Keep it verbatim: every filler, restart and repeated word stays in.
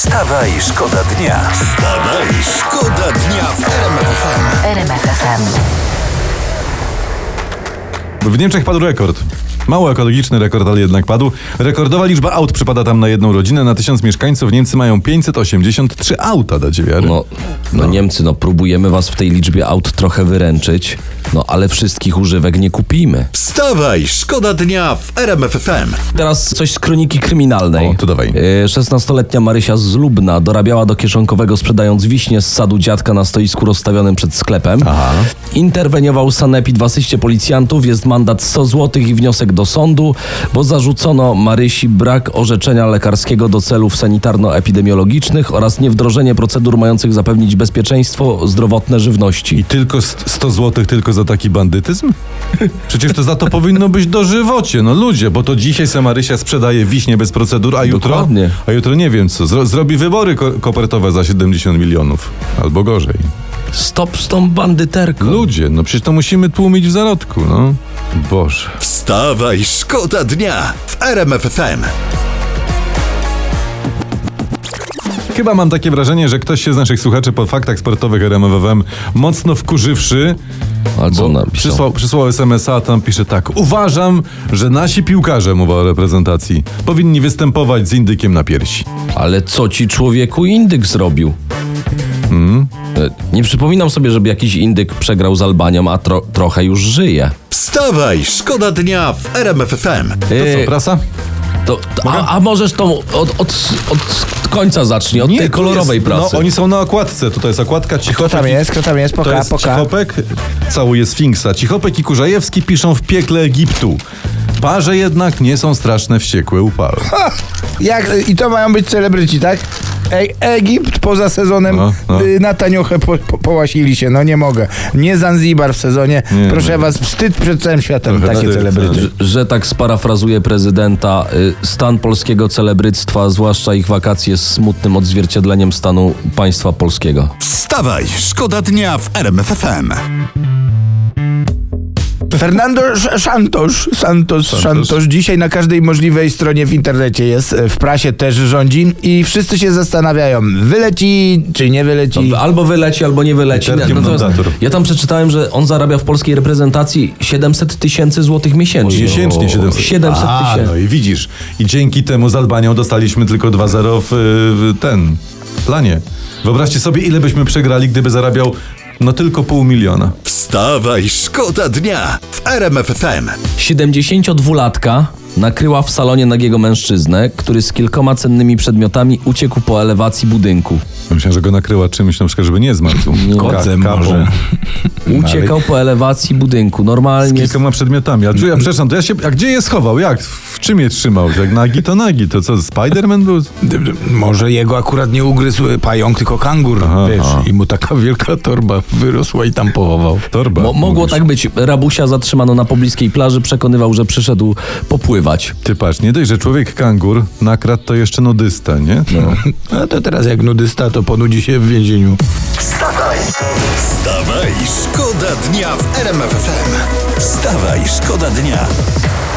Wstawaj, szkoda dnia. Wstawaj, szkoda dnia w R M F F M. R M F F M. W Niemczech padł rekord. Mało ekologiczny rekord, ale jednak padł. Rekordowa liczba aut przypada tam na jedną rodzinę. Na tysiąc mieszkańców Niemcy mają pięćset osiemdziesiąt trzy auta, dacie wiary? No, no, no Niemcy, no próbujemy was w tej liczbie aut trochę wyręczyć, no ale wszystkich używek nie kupimy. Wstawaj, szkoda dnia w R M F F M. Teraz coś z kroniki kryminalnej. O, to dawaj. Yy, szesnastoletnia Marysia z Lubna dorabiała do kieszonkowego, sprzedając wiśnie z sadu dziadka na stoisku rozstawionym przed sklepem. Aha. Interweniował sanepid w asyście policjantów. Jest mandat sto złotych i wniosek do sądu, bo zarzucono Marysi brak orzeczenia lekarskiego do celów sanitarno-epidemiologicznych oraz niewdrożenie procedur mających zapewnić bezpieczeństwo zdrowotne żywności. I tylko sto złotych tylko za taki bandytyzm? Przecież to za to powinno być dożywocie. No ludzie, bo to dzisiaj se Marysia sprzedaje wiśnie bez procedur, a jutro, Dokładnie. a jutro nie wiem co, zro, zrobi wybory ko- kopertowe za siedemdziesiąt milionów. Albo gorzej. Stop z tą bandyterką. Ludzie, no przecież to musimy tłumić w zarodku, no. Boże. Wstawaj, szkoda dnia w R M F F M. Chyba mam takie wrażenie, że ktoś się z naszych słuchaczy po faktach sportowych R M F F M mocno wkurzywszy, Ale co bo napisał? przysłał, przysłał es em es a, tam pisze tak: uważam, że nasi piłkarze, mowa o reprezentacji, powinni występować z indykiem na piersi. Ale co ci człowieku indyk zrobił? Hmm? Nie przypominam sobie, żeby jakiś indyk przegrał z Albanią, a tro- trochę już żyje. Wstawaj, szkoda dnia w R M F F M. To Yy, co, prasa? to, to, a, a możesz tą od, od, od końca zacznij, od tej tu kolorowej jest, prasy. No, oni są na okładce, tutaj jest okładka Cichopek. Kto tam jest? Kto tam jest? To Poka, jest poka. Cichopek, całuje Sfinksa. Cichopek i Kurzajewski piszą w piekle Egiptu. Parze jednak nie są straszne wściekłe upały. Ha! Jak, I to mają być celebryci, tak? Ej, Egipt poza sezonem No, no. y, na taniochę po, po, połasili się, no nie mogę. Nie Zanzibar w sezonie. Nie, Proszę nie. was, wstyd przed całym światem, Trochę takie wstyd, celebryty. tak. Że, że tak sparafrazuję prezydenta, y, stan polskiego celebryctwa, zwłaszcza ich wakacje, jest smutnym odzwierciedleniem stanu państwa polskiego. Wstawaj, szkoda dnia w R M F F M. Fernando Sz- Santos, Santos, Santos, dzisiaj na każdej możliwej stronie w internecie jest, w prasie też rządzi i wszyscy się zastanawiają, wyleci czy nie wyleci. Albo wyleci, albo nie wyleci. Literkiem Natomiast mandatur. ja tam przeczytałem, że on zarabia w polskiej reprezentacji siedemset tysięcy złotych miesięcznie. Miesięcznie siedemset. siedemset A, tysięcy. no i widzisz. I dzięki temu z Albanią dostaliśmy tylko dwa zero w y, ten planie. Wyobraźcie sobie, ile byśmy przegrali, gdyby zarabiał no tylko pół miliona. Wstawaj, szkoda dnia w R M F F M. siedemdziesięciodwulatka nakryła w salonie nagiego mężczyznę, który z kilkoma cennymi przedmiotami uciekł po elewacji budynku. Myślałem, że go nakryła czymś, na przykład, żeby nie zmarł. Kocem kapą. może. Uciekał po elewacji budynku. Z Normalnie. kilkoma przedmiotami. A, ja przepraszam, to ja się, a gdzie je schował? Jak? W czym je trzymał? Jak nagi, to nagi. To co, Spider-Man był? Może jego akurat nie ugryzł pająk, tylko kangur, Aha, wiesz, aha. i mu taka wielka torba wyrosła i tam pochował. Torba. Mo- mogło mówisz. tak być. Rabusia zatrzymano na pobliskiej plaży, przekonywał, że przyszedł popływać. Ty patrz, nie dość, że człowiek kangur nakradł, to jeszcze nudysta, nie? No. No to teraz jak nudysta, to ponudzi się w więzieniu. Wstawaj, wstawaj, szkoda dnia w R M F F M. Wstawaj, szkoda dnia.